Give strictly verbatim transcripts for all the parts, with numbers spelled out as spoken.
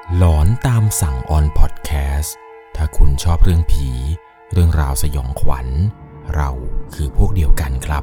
หลอนตามสั่งออนพอดแคสต์ถ้าคุณชอบเรื่องผีเรื่องราวสยองขวัญเราคือพวกเดียวกันครับ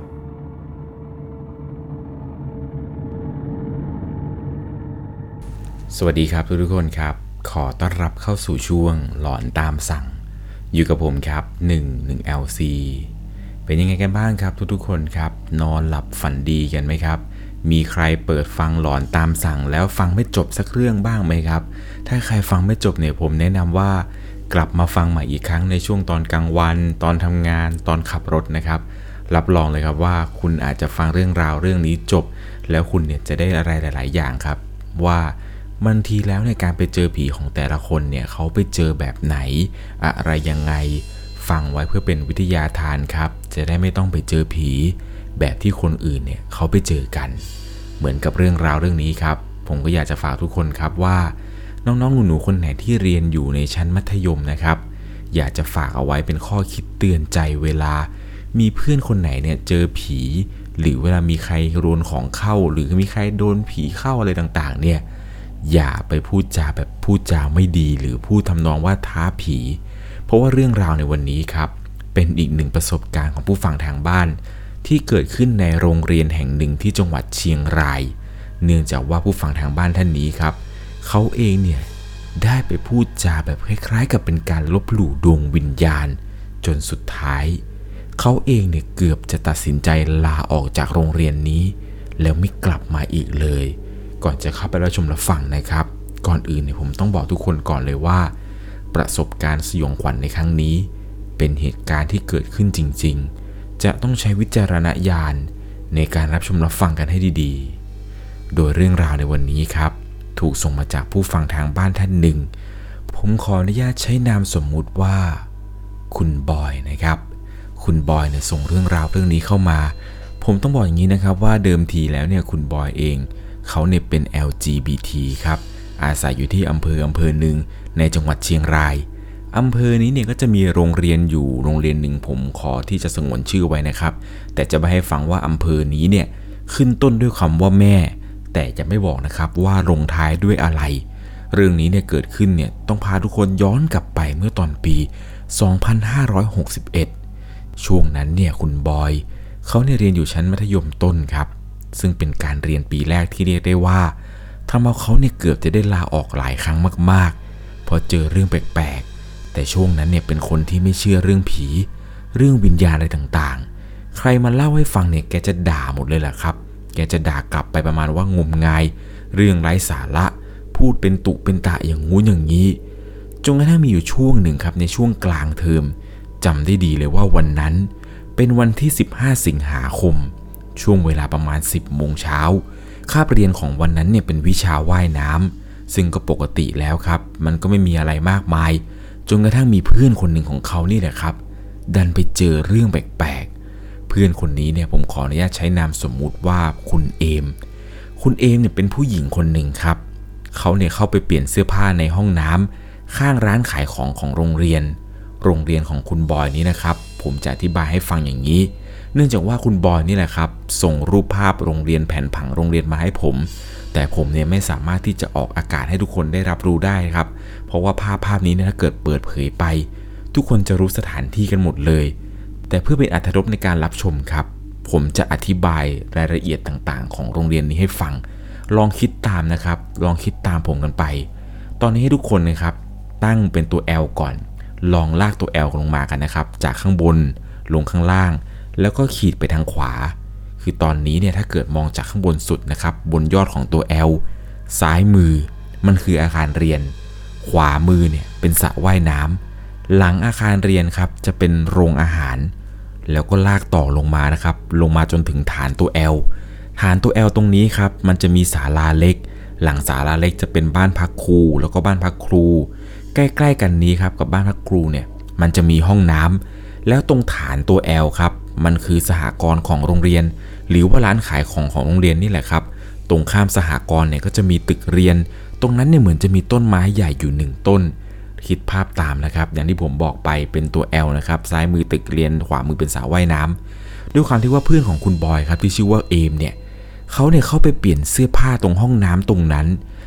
สวัสดีครับทุกคนครับขอต้อนรับเข้าสู่ช่วงหลอนตามสั่งอยู่กับผมครับหนึ่ง หนึ่ง แอล ซี เป็นยังไงกันบ้างครับทุกๆคนครับนอนหลับฝันดีกันไหมครับมีใครเปิดฟังหลอนตามสั่งแล้วฟังไม่จบสักเรื่องบ้างไหมครับถ้าใครฟังไม่จบเนี่ยผมแนะนำว่ากลับมาฟังใหม่อีกครั้งในช่วงตอนกลางวันตอนทำงานตอนขับรถนะครับรับรองเลยครับว่าคุณอาจจะฟังเรื่องราวเรื่องนี้จบแล้วคุณเนี่ยจะได้อะไรหลายๆอย่างครับว่าบางทีแล้วในการไปเจอผีของแต่ละคนเนี่ยเขาไปเจอแบบไหนอะไรยังไงฟังไว้เพื่อเป็นวิทยาทานครับจะได้ไม่ต้องไปเจอผีแบบที่คนอื่นเนี่ยเขาไปเจอกันเหมือนกับเรื่องราวเรื่องนี้ครับผมก็อยากจะฝากทุกคนครับว่าน้องๆหนูๆคนไหนที่เรียนอยู่ในชั้นมัธยมนะครับอยากจะฝากเอาไว้เป็นข้อคิดเตือนใจเวลามีเพื่อนคนไหนเนี่ยเจอผีหรือเวลามีใครโดนของเข้าหรือมีใครโดนผีเข้าอะไรต่างๆเนี่ยอย่าไปพูดจาแบบพูดจาไม่ดีหรือพูดทำนองว่าท้าผีเพราะว่าเรื่องราวในวันนี้ครับเป็นอีกหนึ่งประสบการณ์ของผู้ฟังทางบ้านที่เกิดขึ้นในโรงเรียนแห่งหนึ่งที่จังหวัดเชียงรายเนื่องจากว่าผู้ฟังทางบ้านท่านนี้ครับเขาเองเนี่ยได้ไปพูดจาแบบคล้ายๆกับเป็นการลบหลู่ดวงวิญญาณจนสุดท้ายเขาเองเนี่ยเกือบจะตัดสินใจลาออกจากโรงเรียนนี้แล้วไม่กลับมาอีกเลยก่อนจะเข้าไปรับชมรับฟังนะครับก่อนอื่นเนี่ยผมต้องบอกทุกคนก่อนเลยว่าประสบการณ์สยองขวัญในครั้งนี้เป็นเหตุการณ์ที่เกิดขึ้นจริงๆจะต้องใช้วิจารณญาณในการรับชมรับฟังกันให้ดีๆโดยเรื่องราวในวันนี้ครับถูกส่งมาจากผู้ฟังทางบ้านท่านหนึ่งผมขออนุญาตใช้นามสมมุติว่าคุณบอยนะครับคุณบอยเนี่ยส่งเรื่องราวเรื่องนี้เข้ามาผมต้องบอกอย่างนี้นะครับว่าเดิมทีแล้วเนี่ยคุณบอยเองเขาเนี่ยเป็น แอล จี บี ที ครับอาศัยอยู่ที่อำเภออำเภอหนึ่งในจังหวัดเชียงรายอำเภอนี้เนี่ยก็จะมีโรงเรียนอยู่โรงเรียนหนึ่งผมขอที่จะสงวนชื่อไว้นะครับแต่จะไม่ให้ฟังว่าอำเภอนี้เนี่ยขึ้นต้นด้วยคำว่าแม่แต่จะไม่บอกนะครับว่าลงท้ายด้วยอะไรเรื่องนี้เนี่ยเกิดขึ้นเนี่ยต้องพาทุกคนย้อนกลับไปเมื่อตอนปีสองพันห้าร้อยหกสิบเอ็ดช่วงนั้นเนี่ยคุณบอยเขาเนี่ยเรียนอยู่ชั้นมัธยมต้นครับซึ่งเป็นการเรียนปีแรกที่เรียกได้ว่าทำเอาเขาเนี่ยเกือบจะได้ลาออกหลายครั้งมากๆเพราะเจอเรื่องแปลกๆแต่ช่วงนั้นเนี่ยเป็นคนที่ไม่เชื่อเรื่องผีเรื่องวิญญาณอะไรต่างๆใครมาเล่าให้ฟังเนี่ยแกจะด่าหมดเลยแหละครับแกจะด่ากลับไปประมาณว่างมงายเรื่องไร้สาระพูดเป็นตุเป็นตะอย่างงู้นอย่างนี้จนกระทั่งมีอยู่ช่วงหนึ่งครับในช่วงกลางเทอมจำได้ดีเลยว่าวันนั้นเป็นวันที่สิบห้าสิงหาคมช่วงเวลาประมาณสิบโมงเช้าคาบเรียนของวันนั้นเนี่ยเป็นวิชาว่ายน้ำซึ่งก็ปกติแล้วครับมันก็ไม่มีอะไรมากมายจนกระทั่งมีเพื่อนคนหนึ่งของเขานี่แหละครับดันไปเจอเรื่องแปลกๆเพื่อนคนนี้เนี่ยผมขออนุญาตใช้นามสมมุติว่าคุณเอมคุณเอมเนี่ยเป็นผู้หญิงคนหนึ่งครับเขาเนี่ยเข้าไปเปลี่ยนเสื้อผ้าในห้องน้ำข้างร้านขายของของโรงเรียนโรงเรียนของคุณบอยนี้นะครับผมจะอธิบายให้ฟังอย่างนี้เนื่องจากว่าคุณบอยนี่แหละครับส่งรูปภาพโรงเรียนแผนผังโรงเรียนมาให้ผมแต่ผมเนี่ยไม่สามารถที่จะออกอากาศให้ทุกคนได้รับรู้ได้ครับเพราะว่าภาพภาพนี้เนี่ยถ้าเกิดเปิดเผยไปทุกคนจะรู้สถานที่กันหมดเลยแต่เพื่อเป็นอรรถรสในการรับชมครับผมจะอธิบายรายละเอียดต่างๆของโรงเรียนนี้ให้ฟังลองคิดตามนะครับลองคิดตามผมกันไปตอนนี้ให้ทุกคนนะครับตั้งเป็นตัว L ก่อนลองลากตัว L ลงมากันนะครับจากข้างบนลงข้างล่างแล้วก็ขีดไปทางขวาคือตอนนี้เนี่ยถ้าเกิดมองจากข้างบนสุดนะครับบนยอดของตัว L ซ้ายมือมันคืออาคารเรียนขวามือเนี่ยเป็นสระว่ายน้ำหลังอาคารเรียนครับจะเป็นโรงอาหารแล้วก็ลากต่อลงมานะครับลงมาจนถึงฐานตัว L ฐานตัว L ตรงนี้ครับมันจะมีศาลาเล็กหลังศาลาเล็กจะเป็นบ้านพักครูแล้วก็บ้านพักครูใกล้ๆกันนี้ครับกับบ้านพักครูเนี่ยมันจะมีห้องน้ำแล้วตรงฐานตัว L ครับมันคือสหกรณ์ของโรงเรียนหรือว่าร้านขายของของโรงเรียนนี่แหละครับตรงข้ามสหกรณ์เนี่ยก็จะมีตึกเรียนตรงนั้นเนี่ยเหมือนจะมีต้นไม้ใหญ่อยู่หนึ่งต้นคิดภาพตามนะครับอย่างที่ผมบอกไปเป็นตัว L นะครับซ้ายมือตึกเรียนขวามือเป็นสระว่ายน้ำด้วยความที่ว่าเพื่อนของคุณบอยครับที่ชื่อว่าเอมเนี่ยเขาเนี่ยเข้าไปเปลี่ยนเสื้อผ้าตรงห้องน้ำตรงนั้น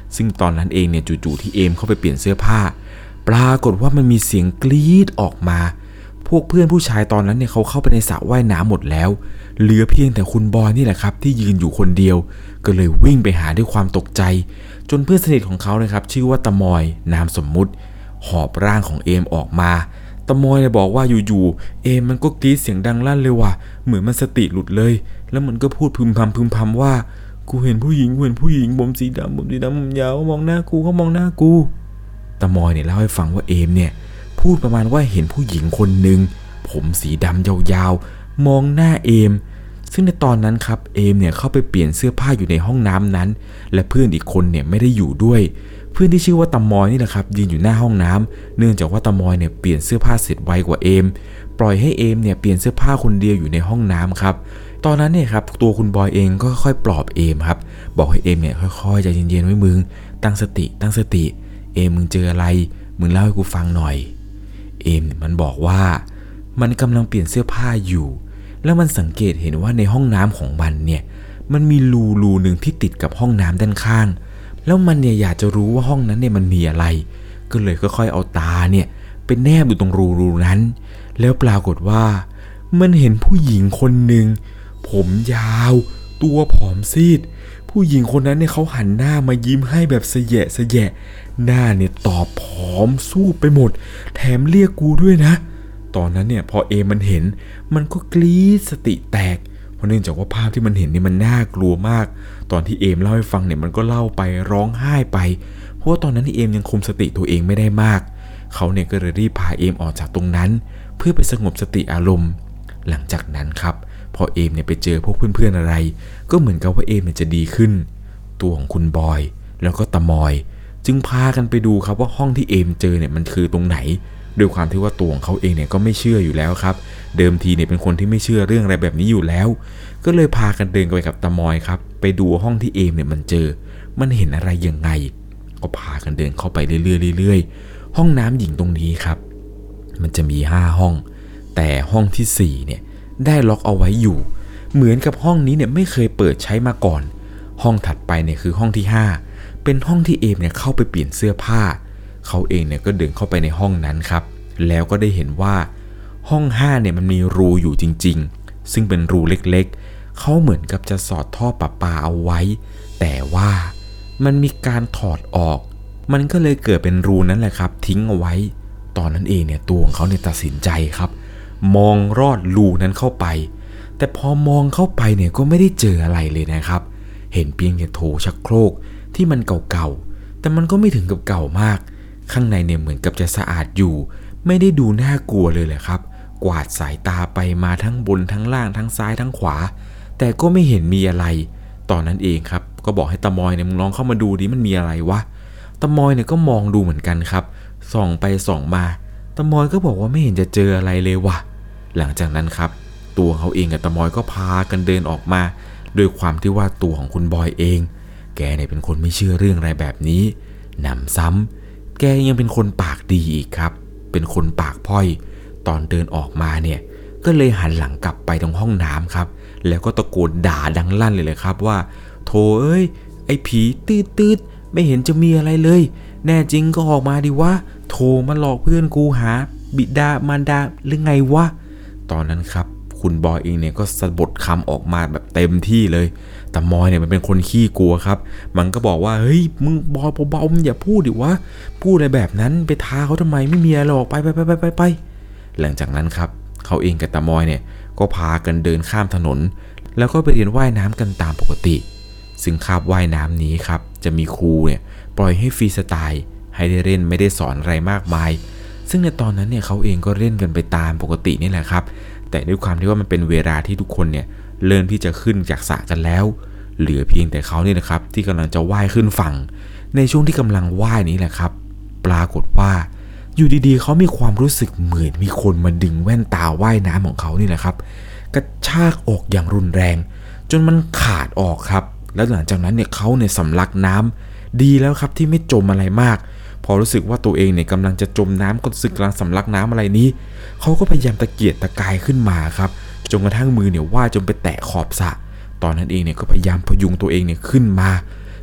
ซึ่งตอนนั้นเองเนี่ยจู่ๆที่เอมเข้าไปเปลี่ยนเสื้อผ้าปรากฏว่ามันมีเสียงกรี๊ดออกมาพวกเพื่อนผู้ชายตอนนั้นเนี่ยเขาเข้าไปในสระว่ายน้ำหมดแล้วเหลือเพียงแต่คุณบอยนี่แหละครับที่ยืนอยู่คนเดียวก็เลยวิ่งไปหาด้วยความตกใจจนเพื่อนสนิทของเขานะครับชื่อว่าตะมอยนามสมมุติหอบร่างของเอมออกมาตะมอยเลยบอกว่าอยู่ๆเอมมันก็กรี๊ดเสียงดังลั่นเลยว่ะเหมือนมันสติหลุดเลยแล้วมันก็พูดพึมพำพึมพำว่ากูเห็นผู้หญิงกูเห็นผู้หญิงผมสีดำผมสีดำผมยาวมองหน้ากูเขามองหน้ากูตะมอยเนี่ยเล่าให้ฟังว่าเอมเนี่ยพูดประมาณว่าเห็นผู้หญิงคนหนึ่งผมสีดำยาวๆมองหน้าเอมซึ่งในตอนนั้นครับเอมเนี่ยเข้าไปเปลี่ยนเสื้อผ้าอยู่ในห้องน้ำนั้นและเพื่อนอีกคนเนี่ยไม่ได้อยู่ด้วยเพื่อนที่ชื่อว่าตะมอยนี่แหละครับยืนอยู่หน้าห้องน้ำเนื่องจากว่าตะมอยเนี่ยเปลี่ยนเสื้อผ้าเสร็จไวกว่าเอมปล่อยให้เอมเนี่ยเปลี่ยนเสื้อผ้าคนเดียวอยู่ในห้องน้ำครับตอนนั้นเนี่ยครับตัวคุณบอยเองก็ค่อยปลอบเอมครับบอกให้เอมเนี่ยค่อยๆใจเย็นๆไว้มึงตั้งสติตั้งสติเอมมึงเจออะไรมึงเล่าให้กูฟังหน่อยเอมมันบอกว่ามันกำลังเปลี่ยนเสื้อผ้าอยู่แล้วมันสังเกตเห็นว่าในห้องน้ำของมันเนี่ยมันมีรูรูหนึ่งที่ติดกับห้องน้ำด้านข้างแล้วมันเนี่ยอยากจะรู้ว่าห้องนั้นเนี่ยมันมีอะไรก็เลยค่อยๆเอาตาเนี่ยไปแนบอยู่ตรงรูรูนั้นแล้วปรากฏว่ามันเห็นผู้หญิงคนหนึ่งผมยาวตัวผอมซีดผู้หญิงคนนั้นเนี่ยเขาหันหน้ามายิ้มให้แบบเสยะเสยะหน้าเนี่ยตอบผอมสู้ไปหมดแถมเรียกกูด้วยนะตอนนั้นเนี่ยพอเอมันเห็นมันก็กรี๊ดสติแตกเพราะเนื่องจากว่าภาพที่มันเห็นเนี่ยมันน่ากลัวมากตอนที่เอมเล่าให้ฟังเนี่ยมันก็เล่าไปร้องไห้ไปเพราะว่าตอนนั้นที่เอมยังคุมสติตัวเองไม่ได้มากเขาเนี่ยก็เลยรีบพาเอมออกจากตรงนั้นเพื่อไปสงบสติอารมณ์หลังจากนั้นครับพอเอมเนี่ยไปเจอพวกเพื่อนๆอะไรก็เหมือนกับว่าเอมเนี่ยจะดีขึ้นตัวของคุณบอยแล้วก็ตะมอยจึงพากันไปดูครับว่าห้องที่เอมเจอเนี่ยมันคือตรงไหนด้วยความที่ว่าตัวของเขาเองเนี่ยก็ไม่เชื่ออยู่แล้วครับเดิมทีเนี่ยเป็นคนที่ไม่เชื่อเรื่องอะไรแบบนี้อยู่แล้วก็เลยพากันเดินไปกับตะมอยครับไปดูห้องที่เอมเนี่ยมันเจอมันเห็นอะไรยังไงก็พากันเดินเข้าไปเรื่อยๆเรื่อยๆห้องน้ำหญิงตรงนี้ครับมันจะมีห้าห้องแต่ห้องที่สี่เนี่ยได้ล็อกเอาไว้อยู่เหมือนกับห้องนี้เนี่ยไม่เคยเปิดใช้มาก่อนห้องถัดไปเนี่ยคือห้องที่ห้าเป็นห้องที่เอมเนี่ยเข้าไปเปลี่ยนเสื้อผ้าเขาเองเนี่ยก็เดินเข้าไปในห้องนั้นครับแล้วก็ได้เห็นว่าห้องห้าเนี่ยมันมีรูอยู่จริงๆซึ่งเป็นรูเล็กๆเขาเหมือนกับจะสอดท่อประปาเอาไว้แต่ว่ามันมีการถอดออกมันก็เลยเกิดเป็นรูนั้นแหละครับทิ้งเอาไว้ตอนนั้นเองเนี่ยตัวของเขาเนี่ยตัดสินใจครับมองรอดรูนั้นเข้าไปแต่พอมองเข้าไปเนี่ยก็ไม่ได้เจออะไรเลยนะครับเห็นเพียงแต่โถชักโครกที่มันเก่าๆแต่มันก็ไม่ถึงกับเก่ามากข้างในเนี่ยเหมือนกับจะสะอาดอยู่ไม่ได้ดูน่ากลัวเลยแหละครับกวาดสายตาไปมาทั้งบนทั้งล่างทั้งซ้ายทั้งขวาแต่ก็ไม่เห็นมีอะไรตอนนั้นเองครับก็บอกให้ตะมอยเนี่ยมึงลองเข้ามาดูดิมันมีอะไรวะตะมอยเนี่ยก็มองดูเหมือนกันครับส่องไปส่องมาตะมอยก็บอกว่าไม่เห็นจะเจออะไรเลยวะหลังจากนั้นครับตัวเขาเองกับตะมอยก็พากันเดินออกมาโดยความที่ว่าตัวของคุณบอยเองแกเนี่ยเป็นคนไม่เชื่อเรื่องอะไรแบบนี้หนำซ้ำแกยังเป็นคนปากดีอีกครับเป็นคนปากพ่อยตอนเดินออกมาเนี่ยก็เลยหันหลังกลับไปตรงห้องน้ำครับแล้วก็ตะโกนด่าดังลั่นเลยเลยครับว่าโธ่เอ้ยไอ้ผีตืดตืดไม่เห็นจะมีอะไรเลยแน่จริงก็ออกมาดิวะโธ่มาหลอกเพื่อนกูหาบิดามารดาหรือไงวะตอนนั้นครับคุณบอยเองเนี่ยก็สะบัดคำออกมาแบบเต็มที่เลยแต่มอยเนี่ยมันเป็นคนขี้กลัวครับมันก็บอกว่าเฮ้ยมึงบอยเบาๆมึงอย่าพูดดิวะพูดอะไรแบบนั้นไปท้าเขาทำไมไม่มีอะไรหรอกไปไปไปไปไปไปหลังจากนั้นครับเขาเองกับตามอยเนี่ยก็พากันเดินข้ามถนนแล้วก็ไปเรียนว่ายน้ำกันตามปกติซึ่งคาบว่ายน้ำนี้ครับจะมีครูเนี่ยปล่อยให้ฟรีสไตล์ให้ได้เล่นไม่ได้สอนอะไรมากมายซึ่งในตอนนั้นเนี่ยเขาเองก็เล่นกันไปตามปกตินี่แหละครับแต่ด้วยความที่ว่ามันเป็นเวลาที่ทุกคนเนี่ยเริ่มที่จะขึ้นจากสระกันแล้วเหลือเพียงแต่เขาเนี่ยนะครับที่กำลังจะว่ายขึ้นฝั่งในช่วงที่กำลังว่ายนี้แหละครับปรากฏว่าอยู่ดีๆเขามีความรู้สึกเหมือนมีคนมาดึงแว่นตาว่ายน้ำของเขานี่แหละครับกระชากออกอย่างรุนแรงจนมันขาดออกครับแล้วหลังจากนั้นเนี่ยเขาเนี่ยสำลักน้ำดีแล้วครับที่ไม่จมอะไรมากพอรู้สึกว่าตัวเองเนี่ยกำลังจะจมน้ำก็รู้สึกกำลังสำลักน้ำอะไรนี้เขาก็พยายามตะเกียกตะกายขึ้นมาครับจนกระทั่งมือเนี่ยว่ายจนไปแตะขอบสระตอนนั้นเองเนี่ยก็พยายามพยุงตัวเองเนี่ยขึ้นมา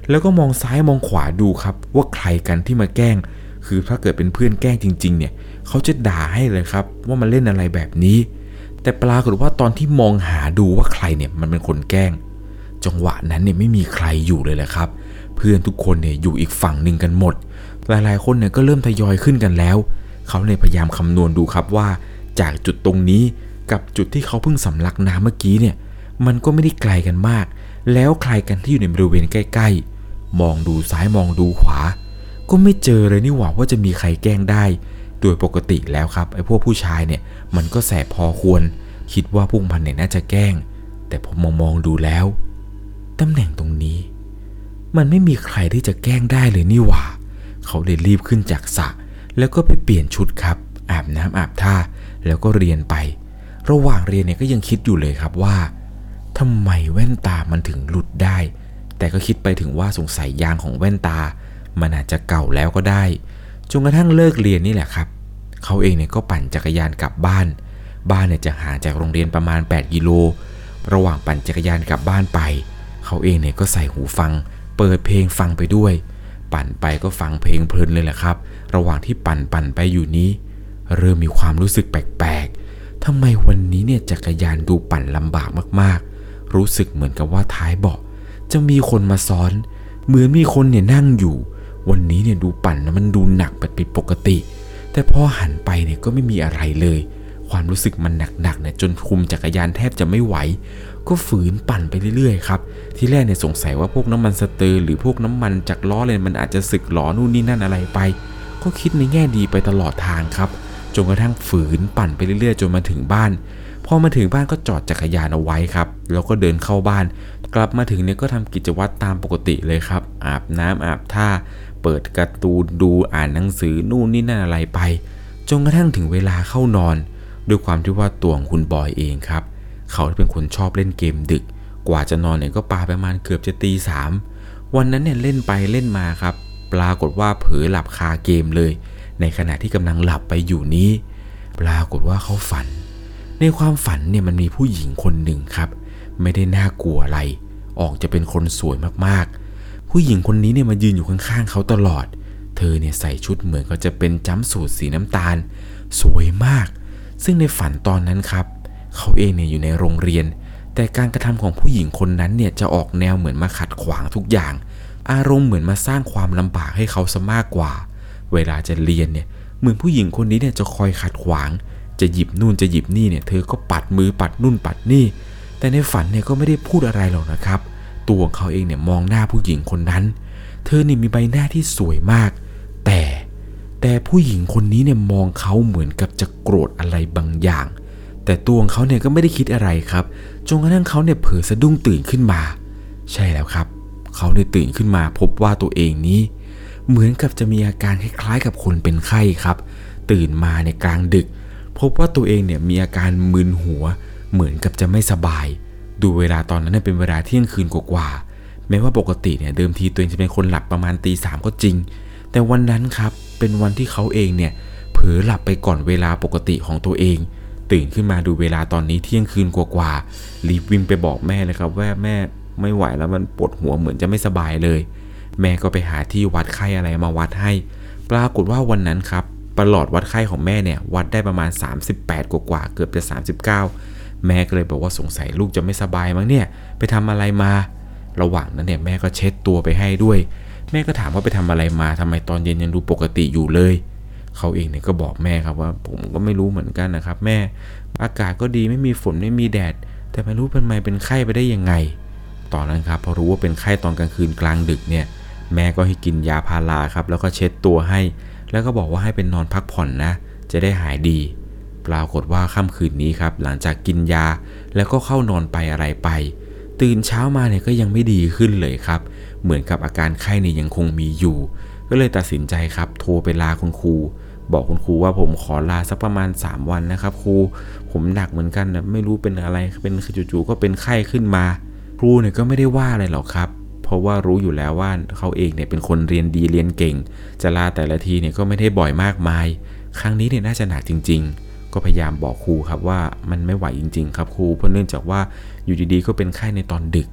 แล้วก็มองซ้ายมองขวาดูครับว่าใครกันที่มาแกล้งคือถ้าเกิดเป็นเพื่อนแกล้งจริงๆเนี่ยเขาจะด่าให้เลยครับว่ามันเล่นอะไรแบบนี้แต่ปรากฏว่าตอนที่มองหาดูว่าใครเนี่ยมันเป็นคนแกล้งจังหวะนั้นเนี่ยไม่มีใครอยู่เลยแหละครับเพื่อนทุกคนเนี่ยอยู่อีกฝั่งหนึ่งกันหมดหลายๆคนเนี่ยก็เริ่มทยอยขึ้นกันแล้วเขาเลยพยายามคำนวณดูครับว่าจากจุดตรงนี้กับจุดที่เขาเพิ่งสำลักน้ำเมื่อกี้เนี่ยมันก็ไม่ได้ไกลกันมากแล้วใครกันที่อยู่ในบริเวณใกล้ๆมองดูซ้ายมองดูขวาก็ไม่เจอเลยนี่หว่าว่าจะมีใครแกล้งได้โดยปกติแล้วครับไอ้พวกผู้ชายเนี่ยมันก็แสบพอควรคิดว่าพวกมันเนี่ยน่าจะแกล้งแต่ผมมองมองดูแล้วตำแหน่งตรงนี้มันไม่มีใครที่จะแกล้งได้เลยนี่หว่าเขาเลยรีบขึ้นจากสระแล้วก็ไปเปลี่ยนชุดครับอาบน้ำอาบท่าแล้วก็เรียนไประหว่างเรียนเนี่ยก็ยังคิดอยู่เลยครับว่าทำไมแว่นตามันถึงหลุดได้แต่ก็คิดไปถึงว่าสงสัยยางของแว่นตามันอาจจะเก่าแล้วก็ได้จนกระทั่งเลิกเรียนนี่แหละครับเขาเองเนี่ยก็ปั่นจักรยานกลับบ้านบ้านเนี่ยจะห่างจากโรงเรียนประมาณแปดกิโลระหว่างปั่นจักรยานกลับบ้านไปเขาเองเนี่ยก็ใส่หูฟังเปิดเพลงฟังไปด้วยปั่นไปก็ฟังเพลงเพลินเลยแหละครับระหว่างที่ปั่นปั่นไปอยู่นี้เริ่มมีความรู้สึกแปลกๆทำไมวันนี้เนี่ยจักรยานดูปั่นลำบากมากๆรู้สึกเหมือนกับว่าท้ายเบาะจะมีคนมาซ้อนเหมือนมีคนเนี่ยนั่งอยู่วันนี้เนี่ยดูปั่นนะมันดูหนักผิดปกติแต่พอหันไปเนี่ยก็ไม่มีอะไรเลยความรู้สึกมันหนักๆเนี่ยจนคุมจักรยานแทบจะไม่ไหวก็ฝืนปั่นไปเรื่อยๆครับที่แรกเนี่ยสงสัยว่าพวกน้ำมันสเตอร์หรือพวกน้ำมันจากล้อเลยมันอาจจะสึกหรอนู่นนี่นั่นอะไรไปก็คิดในแง่ดีไปตลอดทางครับจนกระทั่งฝืนปั่นไปเรื่อยๆจนมาถึงบ้านพอมาถึงบ้านก็จอดจักรยานเอาไว้ครับแล้วก็เดินเข้าบ้านกลับมาถึงเนี่ยก็ทำกิจวัตรตามปกติเลยครับอาบน้ำอาบท่าเปิดการ์ตูนดูอ่านหนังสือนู่นนี่นั่นอะไรไปจนกระทั่งถึงเวลาเข้านอนด้วยความที่ว่าตัวของคุณบอยเองครับเขาเป็นคนชอบเล่นเกมดึกกว่าจะนอนเนี่ยก็ปาประมาณเกือบจะตีสามวันนั้นเนี่ยเล่นไปเล่นมาครับปรากฏว่าเผลอหลับคาเกมเลยในขณะที่กำลังหลับไปอยู่นี้ปรากฏว่าเขาฝันในความฝันเนี่ยมันมีผู้หญิงคนหนึ่งครับไม่ได้น่ากลัวอะไรออกจะเป็นคนสวยมากๆผู้หญิงคนนี้เนี่ยมายืนอยู่ข้างๆเขาตลอดเธอเนี่ยใส่ชุดเหมือนกับจะเป็นจั๊มสูทสีน้ำตาลสวยมากซึ่งในฝันตอนนั้นครับเขาเองเนี่ยอยู่ในโรงเรียนแต่การกระทำของผู้หญิงคนนั้นเนี่ยจะออกแนวเหมือนมาขัดขวางทุกอย่างอารมณ์เหมือนมาสร้างความลำบากให้เขาซะมากกว่าเวลาจะเรียนเนี่ยเหมือนผู้หญิงคนนี้เนี่ยจะคอยขัดขวางจะหยิบนู่นจะหยิบนี่เนี่ยเธอก็ปัดมือปัดนู่นปัดนี่แต่ในฝันเนี่ยก็ไม่ได้พูดอะไรหรอกนะครับตัวของเขาเองเนี่ยมองหน้าผู้หญิงคนนั้นเธอนี่มีใบหน้าที่สวยมากแต่แต่ผู้หญิงคนนี้เนี่ยมองเขาเหมือนกับจะโกรธอะไรบางอย่างแต่ตัวของเขาเนี่ยก็ไม่ได้คิดอะไรครับจนกระทั่งเขาเนี่ยเผลอสะดุ้งตื่นขึ้นมาใช่แล้วครับเขาเนี่ยตื่นขึ้นมาพบว่าตัวเองนี้เหมือนกับจะมีอาการคล้ายๆกับคนเป็นไข้ครับตื่นมาในกลางดึกพบว่าตัวเองเนี่ยมีอาการมึนหัวเหมือนกับจะไม่สบายดูเวลาตอนนั้นเป็นเวลาเที่ยงคืนกว่าๆแม้ว่าปกติเนี่ยเดิมทีตัวเองจะเป็นคนหลับประมาณตีสามก็จริงแต่วันนั้นครับเป็นวันที่เขาเองเนี่ยเผลอหลับไปก่อนเวลาปกติของตัวเองตื่นขึ้นมาดูเวลาตอนนี้เที่ยงคืนกว่าๆรีบวิ่งไปบอกแม่เลยครับว่าแม่ไม่ไหวแล้วมันปวดหัวเหมือนจะไม่สบายเลยแม่ก็ไปหาที่วัดไข้อะไรมาวัดให้ปรากฏว่าวันนั้นครับประหลอดวัดไข้ของแม่เนี่ยวัดได้ประมาณสามสิบแปดกว่าๆเกือบจะสามสิบเก้าแม่ก็เลยบอกว่าสงสัยลูกจะไม่สบายมั้งเนี่ยไปทำอะไรมาระหว่างนั้นเนี่ยแม่ก็เช็ดตัวไปให้ด้วยแม่ก็ถามว่าไปทำอะไรมาทำไมตอนเย็นยังดูปกติอยู่เลยเขาเองเนี่ยก็บอกแม่ครับว่าผมก็ไม่รู้เหมือนกันนะครับแม่อากาศก็ดีไม่มีฝนไม่มีแดดแต่ไม่รู้เป็นไมเป็นไข้ไปได้ยังไงตอนนั้นครับพอรู้ว่าเป็นไข้ตอนกลางคืนกลางดึกเนี่ยแม่ก็ให้กินยาพาราครับแล้วก็เช็ดตัวให้แล้วก็บอกว่าให้เป็นนอนพักผ่อนนะจะได้หายดีปรากฏว่าค่ำคืนนี้ครับหลังจากกินยาแล้วก็เข้านอนไปอะไรไปตื่นเช้ามาเนี่ยก็ยังไม่ดีขึ้นเลยครับเหมือนกับอาการไข้เนี่ยยังคงมีอยู่ก็เลยตัดสินใจครับโทรไปลาคุณครูบอกคุณครูว่าผมขอลาสักประมาณสามวันนะครับครูผมหนักเหมือนกันนะไม่รู้เป็นอะไรเป็นจู่ๆก็เป็นไข้ขึ้นมาครูเนี่ยก็ไม่ได้ว่าอะไรหรอกครับเพราะว่ารู้อยู่แล้วว่าเขาเองเนี่ยเป็นคนเรียนดีเรียนเก่งจะลาแต่ละทีเนี่ยก็ไม่ได้บ่อยมากมายครั้งนี้เนี่ยน่าจะหนักจริงๆก็พยายามบอกครูครับว่ามันไม่ไหวจริงๆครับครูเพราะเนื่องจากว่าอยู่ดีๆก็เป็นไข้ในตอนดึก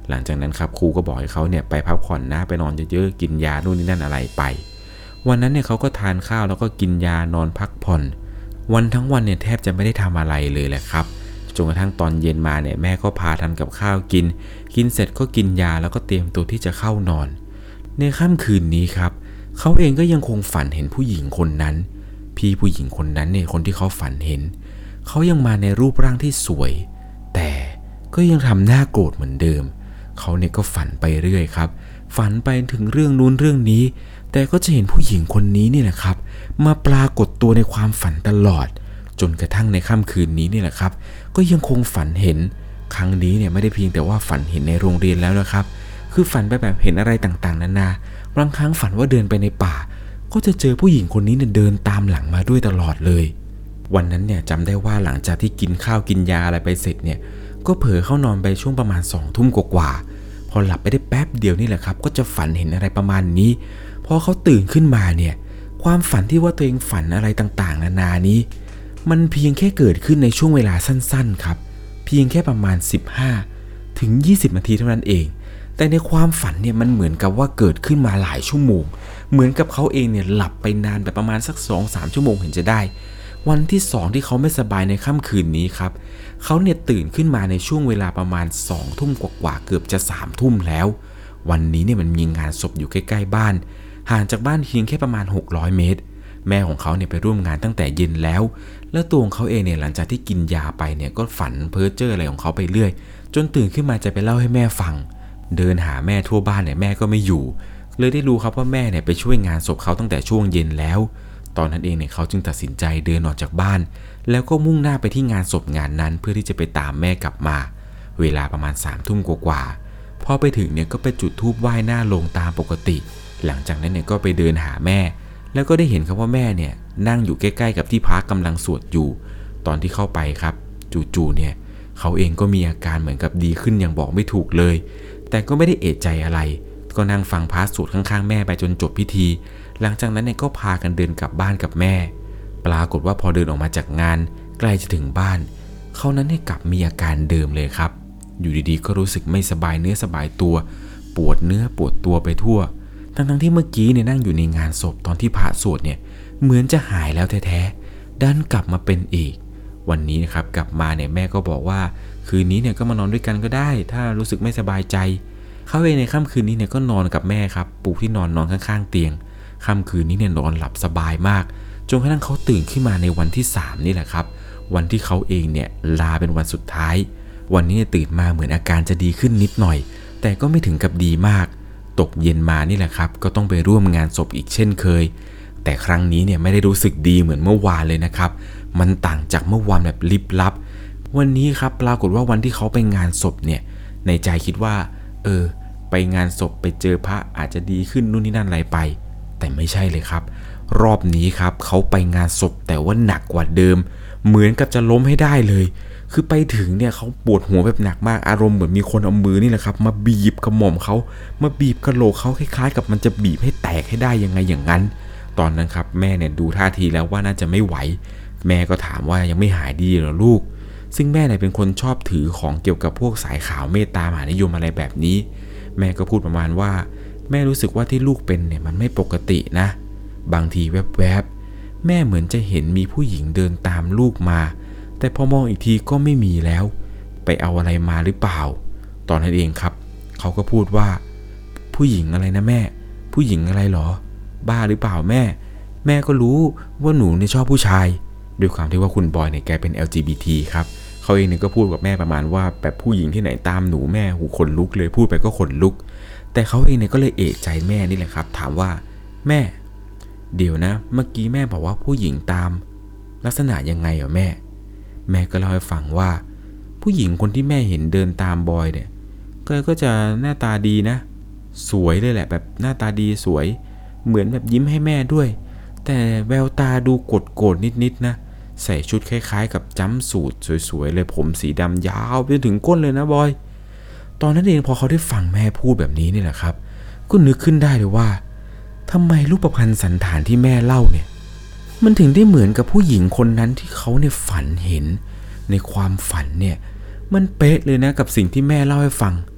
หลังจากนั้นครับครูก็บอกให้เขาเนี่ยไปพักผ่อนนะไปนอนเยอะๆกินยานู่นนี่นั่นอะไรไปวันนั้นเนี่ยเขาก็ทานข้าวแล้วก็กินยานอนพักผ่อนวันทั้งวันเนี่ยแทบจะไม่ได้ทำอะไรเลยแหละครับจนกระทั่งตอนเย็นมาเนี่ยแม่ก็พาทำกับข้าวกินกินเสร็จก็กินยาแล้วก็เตรียมตัวที่จะเข้านอนในค่ำคืนนี้ครับเขาเองก็ยังคงฝันเห็นผู้หญิงคนนั้นพี่ผู้หญิงคนนั้นเนี่ยคนที่เขาฝันเห็นเขายังมาในรูปร่างที่สวยแต่ก็ยังทำหน้าโกรธเหมือนเดิมเขาเนี่ยก็ฝันไปเรื่อยครับฝันไปถึงเรื่องนู้นเรื่องนี้แต่ก็จะเห็นผู้หญิงคนนี้นี่แหละครับมาปรากฏตัวในความฝันตลอดจนกระทั่งในค่ำคืนนี้นี่แหละครับก็ยังคงฝันเห็นครั้งนี้เนี่ยไม่ได้เพียงแต่ว่าฝันเห็นในโรงเรียนแล้วนะครับคือฝันไปแบบเห็นอะไรต่างๆนานาบางครั้งฝันว่าเดินไปในป่าก็จะเจอผู้หญิงคนนี้เนี่ยเดินตามหลังมาด้วยตลอดเลยวันนั้นเนี่ยจำได้ว่าหลังจากที่กินข้าวกินยาอะไรไปเสร็จเนี่ยก็เผลอเข้านอนไปช่วงประมาณสองทุ่มกว่าๆพอหลับไปได้แป๊บเดียวนี่แหละครับก็จะฝันเห็นอะไรประมาณนี้พอเขาตื่นขึ้นมาเนี่ยความฝันที่ว่าตัวเองฝันอะไรต่างๆนานานี้มันเพียงแค่เกิดขึ้นในช่วงเวลาสั้นๆครับเพียงแค่ประมาณสิบห้าถึงยี่สิบนาทีเท่านั้นเองแต่ในความฝันเนี่ยมันเหมือนกับว่าเกิดขึ้นมาหลายชั่วโมงเหมือนกับเขาเองเนี่ยหลับไปนานแบบประมาณสัก สองถึงสาม ชั่วโมงเห็นจะได้วันที่สองที่เขาไม่สบายในค่ำคืนนี้ครับเขาเนี่ยตื่นขึ้นมาในช่วงเวลาประมาณสองทุ่มกว่าๆเกือบจะสามทุ่มแล้ววันนี้เนี่ยมันมีงานศพอยู่ใกล้ๆบ้านห่างจากบ้านเพียงแค่ประมาณหกร้อยเมตรแม่ของเขาเนี่ยไปร่วมงานตั้งแต่เย็นแล้วแล้วตัวของเขาเองเนี่ยหลังจากที่กินยาไปเนี่ยก็ฝันเพ้อเจ้ออะไรของเขาไปเรื่อยจนตื่นขึ้นมาจะไปเล่าให้แม่ฟังเดินหาแม่ทั่วบ้านเนี่ยแม่ก็ไม่อยู่เลยได้รู้ครับว่าแม่เนี่ยไปช่วยงานศพเขาตั้งแต่ช่วงเย็นแล้วตอนนั้นเองเนี่ยเขาจึงตัดสินใจเดินออกจากบ้านแล้วก็มุ่งหน้าไปที่งานศพงานนั้นเพื่อที่จะไปตามแม่กลับมาเวลาประมาณสามทุ่มกว่าๆพอไปถึงเนี่ยก็ไปจุดธูปไหว้หน้าโลงตามปกติหลังจากนั้นเนี่ยก็ไปเดินหาแม่แล้วก็ได้เห็นครับว่าแม่เนี่ยนั่งอยู่ใกล้ๆกับที่พระกำลังสวดอยู่ตอนที่เข้าไปครับจู่ๆเนี่ยเขาเองก็มีอาการเหมือนกับดีขึ้นอย่างบอกไม่ถูกเลยแต่ก็ไม่ได้เอะใจอะไรก็นั่งฟังพระสวดข้างๆแม่ไปจนจบพิธีหลังจากนั้นเนี่ยก็พากันเดินกลับบ้านกับแม่ปรากฏว่าพอเดินออกมาจากงานใกล้จะถึงบ้านเขานั้นเนี่ยกลับมีอาการเดิมเลยครับอยู่ดีๆก็รู้สึกไม่สบายเนื้อสบายตัวปวดเนื้อปวดตัวไปทั่วทั้งๆที่เมื่อกี้เนี่ยนั่งอยู่ในงานศพตอนที่พระสวดเนี่ยเหมือนจะหายแล้วแท้ๆดันกลับมาเป็นอีกวันนี้นะครับกลับมาเนี่ยแม่ก็บอกว่าคืนนี้เนี่ยก็มานอนด้วยกันก็ได้ถ้ารู้สึกไม่สบายใจเขาเองในค่ำคืนนี้เนี่ยก็นอนกับแม่ครับปูที่นอนนอนข้างๆเตียงค่ำคืนนี้เนี่ยนอนหลับสบายมากจนกระทั่งเขาตื่นขึ้นมาในวันที่สามนี่แหละครับวันที่เขาเองเนี่ยลาเป็นวันสุดท้ายวันนี้ตื่นมาเหมือนอาการจะดีขึ้นนิดหน่อยแต่ก็ไม่ถึงกับดีมากตกเย็นมานี่แหละครับก็ต้องไปร่วมงานศพอีกเช่นเคยแต่ครั้งนี้เนี่ยไม่ได้รู้สึกดีเหมือนเมื่อวานเลยนะครับมันต่างจากเมื่อวานแบบลิบลับวันนี้ครับปรากฏว่าวันที่เขาไปงานศพเนี่ยในใจคิดว่าเออไปงานศพไปเจอพระอาจจะดีขึ้นนู่นนี่นั่นอะไรไปแต่ไม่ใช่เลยครับรอบนี้ครับเขาไปงานศพแต่ว่าหนักกว่าเดิมเหมือนกับจะล้มให้ได้เลยคือไปถึงเนี่ยเขาปวดหัวแบบหนักมากอารมณ์เหมือนมีคนเอามือนี่แหละครับมาบีบกระหม่อมเขามาบีบกระโหลกเขาคล้ายๆกับมันจะบีบให้แตกให้ได้ยังไงอย่างนั้นตอนนั้นครับแม่เนี่ยดูท่าทีแล้วว่าน่าจะไม่ไหวแม่ก็ถามว่ายังไม่หายดีเหรอลูกซึ่งแม่เนี่ยเป็นคนชอบถือของเกี่ยวกับพวกสายขาวเมตตามหานิยมอะไรแบบนี้แม่ก็พูดประมาณว่าแม่รู้สึกว่าที่ลูกเป็นเนี่ยมันไม่ปกตินะบางทีแวบๆแม่เหมือนจะเห็นมีผู้หญิงเดินตามลูกมาแต่พอมองอีกทีก็ไม่มีแล้วไปเอาอะไรมาหรือเปล่าตอนนั้นเองครับเขาก็พูดว่าผู้หญิงอะไรนะแม่ผู้หญิงอะไรหรอบ้าหรือเปล่าแม่แม่ก็รู้ว่าหนูเนี่ยชอบผู้ชายด้วยความที่ว่าคุณบอยเนี่ยแกเป็น แอล จี บี ที ครับเขาเองเนี่ยก็พูดกับแม่ประมาณว่าแบบผู้หญิงที่ไหนตามหนูแม่หูขนลุกเลยพูดไปก็ขนลุกแต่เขาเองเนี่ยก็เลยเอะใจแม่นี่แหละครับถามว่าแม่เดี๋ยวนะเมื่อกี้แม่บอกว่าผู้หญิงตามลักษณะยังไงเหรอแม่แม่ก็เล่าให้ฟังว่าผู้หญิงคนที่แม่เห็นเดินตามบอยเนี่ยก็ก็จะหน้าตาดีนะสวยเลยแหละแบบหน้าตาดีสวยเหมือนแบบยิ้มให้แม่ด้วยแต่แววตาดูโกรธๆนิดๆนะใส่ชุดคล้ายๆกับจัมป์สูทสวยๆเลยผมสีดำยาวไปถึงก้นเลยนะบอยตอนนั้นเองพอเขาได้ฟังแม่พูดแบบนี้นี่แหละครับก็นึกขึ้นได้เลยว่าทำไมรูปพรรณสันฐานที่แม่เล่าเนี่ยมันถึงได้เหมือนกับผู้หญิงคนนั้นที่เขาเนี่ยฝันเห็นในความฝันเนี่ยมันเป๊ะเลยนะกับสิ่งที่แม่เล่าให้ฟัง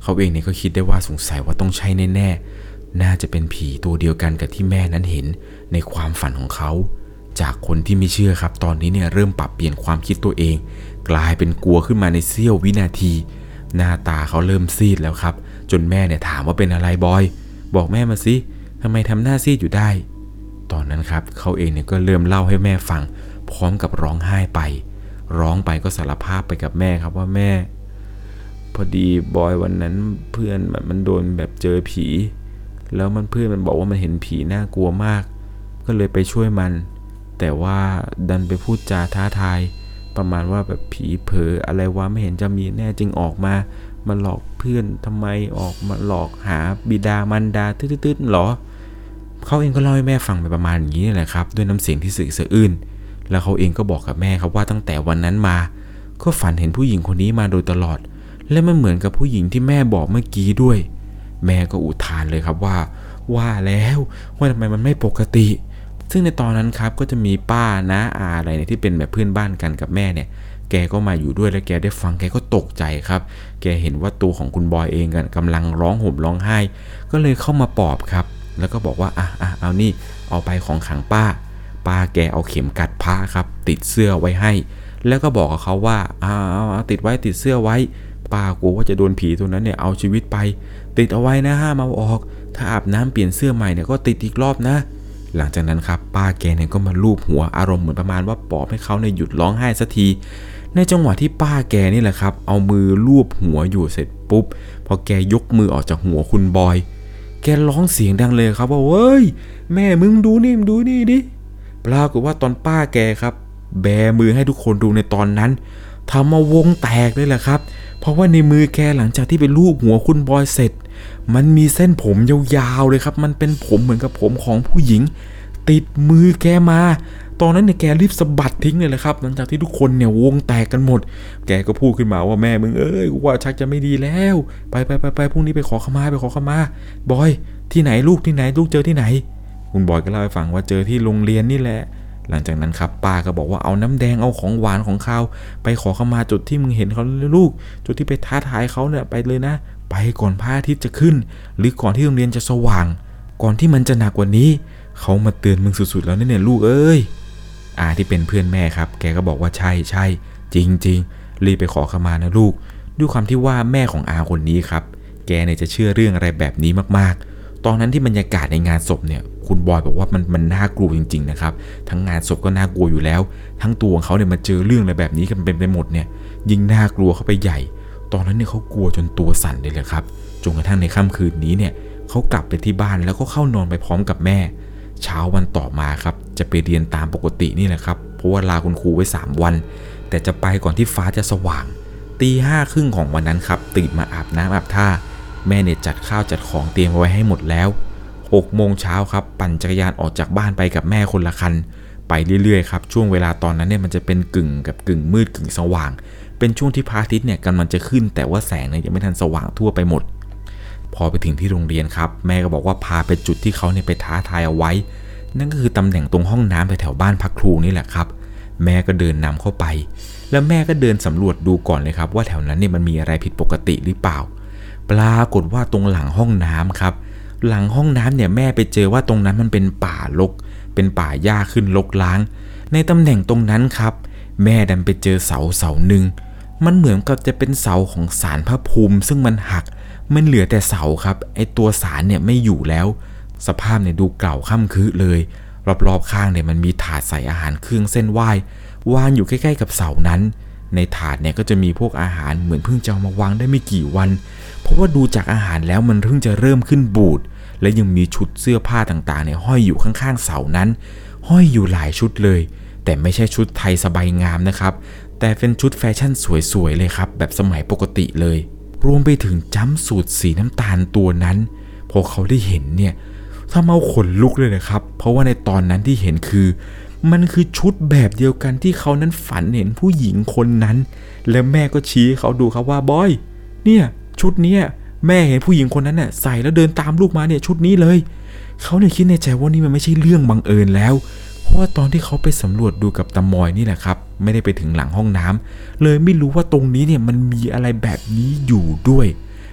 เขาเองเนี่ยก็คิดได้ว่าสงสัยว่าต้องใช่แน่ๆน่าจะเป็นผีตัวเดียวกันกับที่แม่นั้นเห็นในความฝันของเขาจากคนที่ไม่เชื่อครับตอนนี้เนี่ยเริ่มปรับเปลี่ยนความคิดตัวเองกลายเป็นกลัวขึ้นมาในเสี้ยววินาทีหน้าตาเขาเริ่มซีดแล้วครับจนแม่เนี่ยถามว่าเป็นอะไรบอยบอกแม่มาสิทำไมทำหน้าซีดอยู่ได้ตอนนั้นครับเขาเองเนี่ยก็เริ่มเล่าให้แม่ฟังพร้อมกับร้องไห้ไปร้องไปก็สารภาพไปกับแม่ครับว่าแม่พอดีบอยวันนั้นเพื่อนมันโดนแบบเจอผีแล้วมันเพื่อนมันบอกว่ามันเห็นผีน่ากลัวมากก็เลยไปช่วยมันแต่ว่าดันไปพูดจาท้าทายประมาณว่าแบบผีเผลออะไรวะไม่เห็นจะมีแน่จึงออกมามาหลอกเพื่อนทำไมออกมาหลอกหาบิดามารดาตื้อๆหรอเขาเองก็เล่าให้แม่ฟังไปประมาณอย่างนี้แหละครับด้วยน้ำเสียงที่สึกสะอื้นแล้วเขาเองก็บอกกับแม่ครับว่าตั้งแต่วันนั้นมาก็ฝันเห็นผู้หญิงคนนี้มาโดยตลอดและมันเหมือนกับผู้หญิงที่แม่บอกเมื่อกี้ด้วยแม่ก็อุทานเลยครับว่าว่าแล้วว่าทำไมมันไม่ปกติซึ่งในตอนนั้นครับก็จะมีป้าน้าอาอะไรเนี่ยที่เป็นแบบเพื่อนบ้านกันกับแม่เนี่ยแกก็มาอยู่ด้วยและแกได้ฟังแกก็ตกใจครับแกเห็นว่าตัวของคุณบอยเองกันกำลังร้องห่มร้องไห้ก็เลยเข้ามาปลอบครับแล้วก็บอกว่าอ่ะอ่ะเอานี่เอาไปของขังป้าป้าแกเอาเข็มกัดพระครับติดเสื้อไว้ให้แล้วก็บอกกับเขาว่าเอาเอาเอาติดไว้ติดเสื้อไว้ป้ากลัวว่าจะโดนผีตัวนั้นเนี่ยเอาชีวิตไปติดเอาไว้นะห้ามเอาออกถ้าอาบน้ำเปลี่ยนเสื้อใหม่เนี่ยก็ติดอีกรอบนะหลังจากนั้นครับป้าแกเนี่ยก็มาลูบหัวอารมณ์เหมือนประมาณว่าปลอบให้เขาเนี่ยหยุดร้องไห้สักทีในจังหวะที่ป้าแกนี่แหละครับเอามือลูบหัวอยู่เสร็จปุ๊บพอแกยกมือออกจากหัวคุณบอยแกร้องเสียงดังเลยครับว่าเว้ยแม่มึงดูนี่มึงดูนี่ดิปรากฏว่าตอนป้าแกครับแบมือให้ทุกคนดูในตอนนั้นทำมาวงแตกเลยแหละครับเพราะว่าในมือแกหลังจากที่ไปลูบหัวคุณบอยเสร็จมันมีเส้นผมยาวๆเลยครับมันเป็นผมเหมือนกับผมของผู้หญิงติดมือแกมาตอนนั้นเนี่ยแกรีบสะบัดทิ้งเลยแหละครับหลังจากที่ทุกคนเนี่ยวงแตกกันหมดแกก็พูดขึ้นมาว่าแม่มึงเอ้ยกูว่าชักจะไม่ดีแล้วไปไปไปไปพรุ่งนี้ไปขอขมาไปขอขมาบอยที่ไหนลูกที่ไหนลูกเจอที่ไหนคุณบอยก็เล่าให้ฟังว่าเจอที่โรงเรียนนี่แหละหลังจากนั้นครับป้าก็บอกว่าเอาน้ำแดงเอาของหวานของข้าวไปขอขมาจุดที่มึงเห็นเขาเลยลูกจุดที่ไปท้าทายเขาเนี่ยไปเลยนะไปก่อนพระอาทิตย์จะขึ้นหรือก่อนที่โรงเรียนจะสว่างก่อนที่มันจะหนักกว่านี้เขามาเตือนมึงสุดๆแล้วเนี่ยลูกเอ้ยอาที่เป็นเพื่อนแม่ครับแกก็บอกว่าใช่ใช่จริงๆรีบไปขอขมานะลูกด้วยความที่ว่าแม่ของอาคนนี้ครับแกเนี่ยจะเชื่อเรื่องอะไรแบบนี้มากๆตอนนั้นที่บรรยากาศในงานศพเนี่ยคุณบอยบอกว่ามันมันน่ากลัวจริงๆนะครับทั้งงานศพก็น่ากลัวอยู่แล้วทั้งตัวของเขาเนี่ยมาเจอเรื่องอะไรแบบนี้กันเป็นไปหมดเนี่ยยิ่งน่ากลัวเข้าไปใหญ่ตอนนั้นเนี่ยเขากลัวจนตัวสั่นเลยแหละครับจนกระทั่งในค่ำคืนนี้เนี่ยเขากลับไปที่บ้านแล้วก็เข้านอนไปพร้อมกับแม่เช้าวันต่อมาครับจะไปเรียนตามปกตินี่แหละครับเพราะว่าลาคุณครูไว้สามวันแต่จะไปก่อนที่ฟ้าจะสว่างตีห้าครึ่งของวันนั้นครับตื่นมาอาบน้ำอาบท่าแม่เนี่ยจัดข้าวจัดของเตรียมไว้ให้หมดแล้วหกโมงเช้าครับปั่นจักรยานออกจากบ้านไปกับแม่คนละคันไปเรื่อยๆครับช่วงเวลาตอนนั้นเนี่ยมันจะเป็นกึ่งกับกึ่งมืดกึ่งสว่างเป็นช่วงที่พระอาทิตย์เนี่ยกำลังจะขึ้นแต่ว่าแสงเนี่ยยังไม่ทันสว่างทั่วไปหมดพอไปถึงที่โรงเรียนครับแม่ก็บอกว่าพาไปจุดที่เขาเนี่ยไปท้าทายเอาไว้นั่นก็คือตำแหน่งตรงห้องน้ำแถวๆบ้านพักครูนี่แหละครับแม่ก็เดินนำเข้าไปแล้วแม่ก็เดินสำรวจดูก่อนเลยครับว่าแถวนั้นเนี่ยมันมีอะไรผิดปกติหรือเปล่าปรากฏว่าตรงหลังห้องน้ำครับหลังห้องน้ำเนี่ยแม่ไปเจอว่าตรงนั้นมันเป็นป่ารกเป็นป่าหญ้าขึ้นรกล้างในตำแหน่งตรงนั้นครับแม่ดันไปเจอเสาเสาหนึ่งมันเหมือนกับจะเป็นเสาของศาลพระภูมิซึ่งมันหักมันเหลือแต่เสาครับไอตัวศาลเนี่ยไม่อยู่แล้วสภาพเนี่ยดูเก่าค่ำคืนเลยรอบๆข้างเนี่ยมันมีถาดใส่อาหารเครื่องเส้นไหว้วางอยู่ใกล้ๆกับเสานั้นในถาดเนี่ยก็จะมีพวกอาหารเหมือนเพิ่งจะเอามาวางได้ไม่กี่วันเพราะว่าดูจากอาหารแล้วมันเพิ่งจะเริ่มขึ้นบูดและยังมีชุดเสื้อผ้าต่างๆเนี่ยห้อยอยู่ข้างๆเสานั้นห้อยอยู่หลายชุดเลยแต่ไม่ใช่ชุดไทยสบายงามนะครับแต่เป็นชุดแฟชั่นสวยๆเลยครับแบบสมัยปกติเลยรวมไปถึงจั๊มสูทสีน้ำตาลตัวนั้นพอเขาได้เห็นเนี่ยทำเอาขนลุกเลยนะครับเพราะว่าในตอนนั้นที่เห็นคือมันคือชุดแบบเดียวกันที่เขานั้นฝันเห็นผู้หญิงคนนั้นแล้วแม่ก็ชี้เขาดูครับว่าบอยเนี่ยชุดเนี้ยแม่เห็นผู้หญิงคนนั้นน่ะใส่แล้วเดินตามลูกมาเนี่ยชุดนี้เลยเขาเนี่ยคิดในใจว่านี่มันไม่ใช่เรื่องบังเอิญแล้วเพราะว่าตอนที่เขาไปสำรวจดูกับตามอยนี่แหละครับไม่ได้ไปถึงหลังห้องน้ำเลยไม่รู้ว่าตรงนี้เนี่ยมันมีอะไรแบบนี้อยู่ด้วย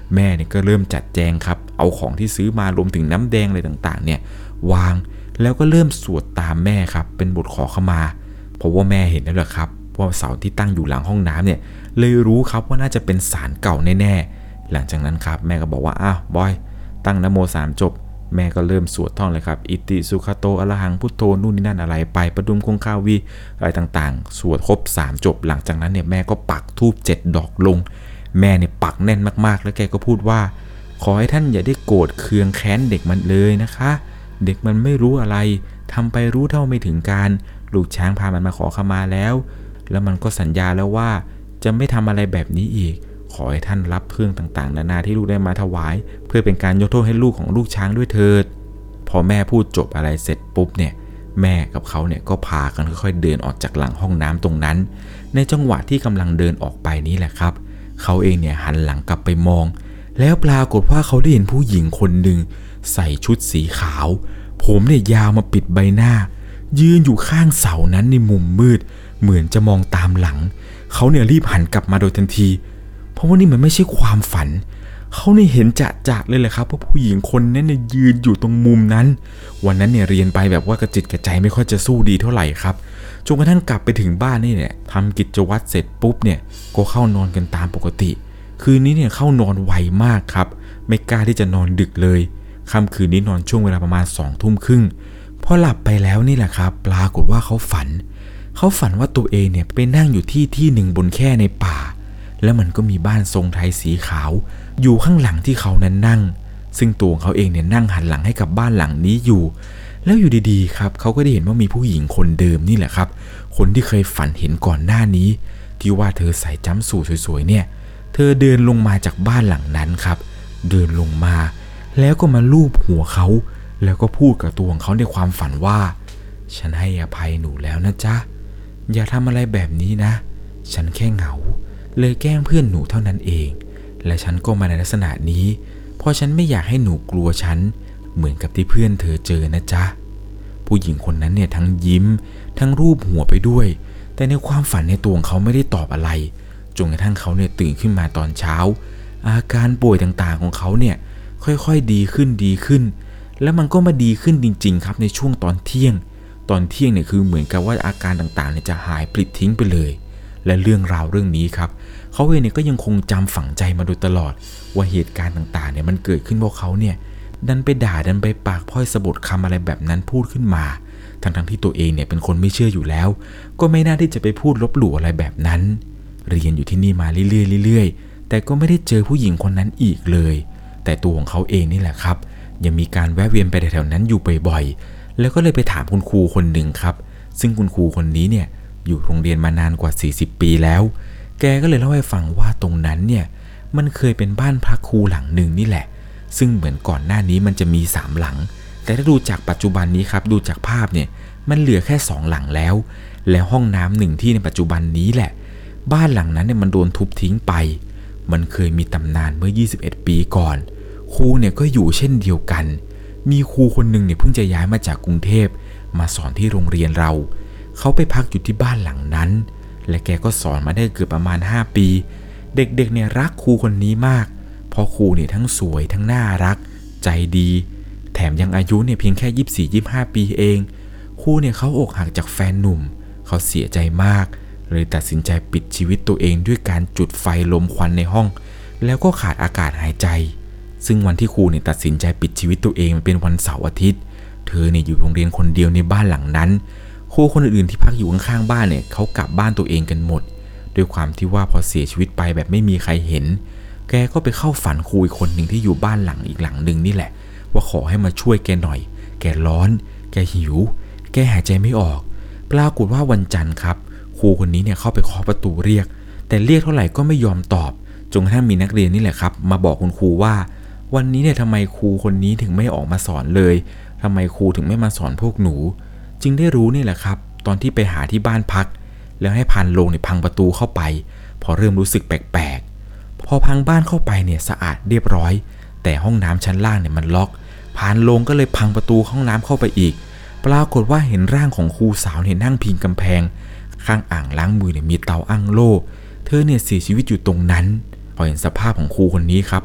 แม่เนี่ยก็เริ่มจัดแจงครับเอาของที่ซื้อมารวมถึงน้ำแดงอะไรต่างๆเนี่ยวางแล้วก็เริ่มสวดตามแม่ครับเป็นบทขอขมาเพราะว่าแม่เห็นแล้วแหละครับว่าเสาที่ตั้งอยู่หลังห้องน้ำเนี่ยเลยรู้ครับว่าน่าจะเป็นศาลเก่าแน่ๆหลังจากนั้นครับแม่ก็บอกว่าอ้าวบอยตั้งนะโมสามจบแม่ก็เริ่มสวดท่องเลยครับอิติสุขโตอรหังพุทโธนู่นนี่นั่นอะไรไปประดุมคงคาวีอะไรต่างๆสวดครบสามจบหลังจากนั้นเนี่ยแม่ก็ปักธูปเจ็ดดอกลงแม่เนี่ยปักแน่นมากๆแล้วแกก็พูดว่าขอให้ท่านอย่าได้โกรธเคืองแค้นเด็กมันเลยนะคะเด็กมันไม่รู้อะไรทำไปรู้เท่าไม่ถึงการลูกช้างพามันมาขอขมาแล้วแล้วมันก็สัญญาแล้วว่าจะไม่ทำอะไรแบบนี้อีกขอให้ท่านรับเครื่องต่างๆนานาที่ลูกได้มาถวายเพื่อเป็นการยกโทษให้ลูกของลูกช้างด้วยเถิดพอแม่พูดจบอะไรเสร็จปุ๊บเนี่ยแม่กับเขาเนี่ยก็พากันค่อยๆเดินออกจากหลังห้องน้ำตรงนั้นในจังหวะที่กำลังเดินออกไปนี้แหละครับเขาเองเนี่ยหันหลังกลับไปมองแล้วปรากฏว่าเขาได้เห็นผู้หญิงคนหนึ่งใส่ชุดสีขาวผมเนี่ยยาวมาปิดใบหน้ายืนอยู่ข้างเสานั้นในมุมมืดเหมือนจะมองตามหลังเขาเนี่ยรีบหันกลับมาโดยทันทีเพราะว่านี่มันไม่ใช่ความฝันเขาเนี่ยเห็นจะจะเลยแหละครับว่าผู้หญิงคนนั้นเนี่ยยืนอยู่ตรงมุมนั้นวันนั้นเนี่ยเรียนไปแบบว่ากระจิตกระใจไม่ค่อยจะสู้ดีเท่าไหร่ครับจนกระทั่งกลับไปถึงบ้านนี่เนี่ยทำกิจวัตรเสร็จปุ๊บเนี่ยก็เข้านอนกันตามปกติคืนนี้เนี่ยเข้านอนไวมากครับไม่กล้าที่จะนอนดึกเลยค่ำคืนนี้นอนช่วงเวลาประมาณสองทุ่มครึ่งพอหลับไปแล้วนี่แหละครับปรากฏว่าเขาฝันเขาฝันว่าตัวเองเนี่ยไปนั่งอยู่ที่ที่หนึ่งบนแคร่ในป่าแล้วมันก็มีบ้านทรงไทยสีขาวอยู่ข้างหลังที่เขานั้นนั่งซึ่งตัวเขาเองเนี่ยนั่งหันหลังให้กับบ้านหลังนี้อยู่แล้วอยู่ดีๆครับเขาก็ได้เห็นว่ามีผู้หญิงคนเดิมนี่แหละครับคนที่เคยฝันเห็นก่อนหน้านี้ที่ว่าเธอใส่จั๊มสูทสวยๆเนี่ยเธอเดินลงมาจากบ้านหลังนั้นครับเดินลงมาแล้วก็มาลูบหัวเขาแล้วก็พูดกับตัวของเขาในความฝันว่าฉันให้อภัยหนูแล้วนะจ๊ะอย่าทำอะไรแบบนี้นะฉันแค่เหงาเลยแกล้งเพื่อนหนูเท่านั้นเองและฉันก็มาในลักษณะนี้เพราะฉันไม่อยากให้หนูกลัวฉันเหมือนกับที่เพื่อนเธอเจอนะจ๊ะผู้หญิงคนนั้นเนี่ยทั้งยิ้มทั้งรูปหัวไปด้วยแต่ในความฝันในตัวของเขาไม่ได้ตอบอะไรจนกระทั่งเขาเนี่ยตื่นขึ้นมาตอนเช้าอาการป่วยต่างๆของเขาเนี่ยค่อยๆดีขึ้นดีขึ้นแล้วมันก็มาดีขึ้นจริงๆครับในช่วงตอนเที่ยงตอนเที่ยงเนี่ยคือเหมือนกับว่าอาการต่างๆเนี่ยจะหายปลิดทิ้งไปเลยและเรื่องราวเรื่องนี้ครับเขาเองเนี่ยก็ยังคงจำฝังใจมาโดยตลอดว่าเหตุการณ์ต่างๆเนี่ยมันเกิดขึ้นเพราะเขาเนี่ยดันไปด่าดันไปปากพ้อยสะบดคำอะไรแบบนั้นพูดขึ้นมาทั้งๆที่ตัวเองเนี่ยเป็นคนไม่เชื่ออยู่แล้วก็ไม่น่าที่จะไปพูดลบหลู่อะไรแบบนั้นเรียนอยู่ที่นี่มาเรื่อยๆเรื่อยๆแต่ก็ไม่ได้เจอผู้หญิงคนนั้นอีกเลยแต่ตัวของเขาเองนี่แหละครับยังมีการแวะเวียนไปแถวๆนั้นอยู่บ่อยๆแล้วก็เลยไปถามคุณครูคนหนึ่งครับซึ่งคุณครูคนนี้เนี่ยอยู่โรงเรียนมานานกว่าสี่สิบปีแล้วแกก็เลยเล่าให้ฟังว่าตรงนั้นเนี่ยมันเคยเป็นบ้านพักครูหลังหนึ่งนี่แหละซึ่งเหมือนก่อนหน้านี้มันจะมีสามหลังแต่ถ้าดูจากปัจจุบันนี้ครับดูจากภาพเนี่ยมันเหลือแค่สองหลังแล้วและห้องน้ำหนึ่งที่ในปัจจุบันนี้แหละบ้านหลังนั้นเนี่ยมันโดนทุบทิ้งไปมันเคยมีตำนานเมื่อยี่สิบเอ็ดปีก่อนครูเนี่ยก็อยู่เช่นเดียวกันมีครูคนหนึ่งเนี่ยเพิ่งจะย้ายมาจากกรุงเทพมาสอนที่โรงเรียนเราเขาไปพักอยู่ที่บ้านหลังนั้นและแกก็สอนมาได้เกือบประมาณห้าปีเด็กๆเนี่ยรักครูคนนี้มากเพราะครูเนี่ยทั้งสวยทั้งน่ารักใจดีแถมยังอายุเนี่ยเพียงแค่ยี่สิบสี่ ยี่สิบห้าปีเองครูเนี่ยเขาอกหักจากแฟนหนุ่มเขาเสียใจมากเลยตัดสินใจปิดชีวิตตัวเองด้วยการจุดไฟลมควันในห้องแล้วก็ขาดอากาศหายใจซึ่งวันที่ครูเนี่ยตัดสินใจปิดชีวิตตัวเองมันเป็นวันเสาร์อาทิตย์เธอเนี่ยอยู่โรงเรียนคนเดียวในบ้านหลังนั้นครูคนอื่นๆที่พักอยู่ข้างๆบ้านเนี่ยเขากลับบ้านตัวเองกันหมดด้วยความที่ว่าพอเสียชีวิตไปแบบไม่มีใครเห็นแกก็ไปเข้าฝันครูอีกคนหนึ่งที่อยู่บ้านหลังอีกหลังหนึ่งนี่แหละว่าขอให้มาช่วยแกหน่อยแกร้อนแกหิวแกหายใจไม่ออกปรากฏว่าวันจันทร์ครับครูคนนี้เนี่ยเข้าไปเคาะประตูเรียกแต่เรียกเท่าไหร่ก็ไม่ยอมตอบจนกระทั่งมีนักเรียนนี่แหละครับมาบอกคุณครูว่าวันนี้เนี่ยทำไมครูคนนี้ถึงไม่ออกมาสอนเลยทำไมครูถึงไม่มาสอนพวกหนูจึงได้รู้นี่แหละครับตอนที่ไปหาที่บ้านพักแล้วให้พันโลงเนี่ยพังประตูเข้าไปพอเริ่มรู้สึกแปลกๆพอพังบ้านเข้าไปเนี่ยสะอาดเรียบร้อยแต่ห้องน้ำชั้นล่างเนี่ยมันล็อกพันโลงก็เลยพังประตูห้องน้ำเข้าไปอีกปรากฏว่าเห็นร่างของครูสาวเนี่ยนั่งพิงกำแพงข้างอ่างล้างมือเนี่ยมีเตาอั้งโล่เธอเนี่ยเสียชีวิตอยู่ตรงนั้นพอเห็นสภาพของครูคนนี้ครับ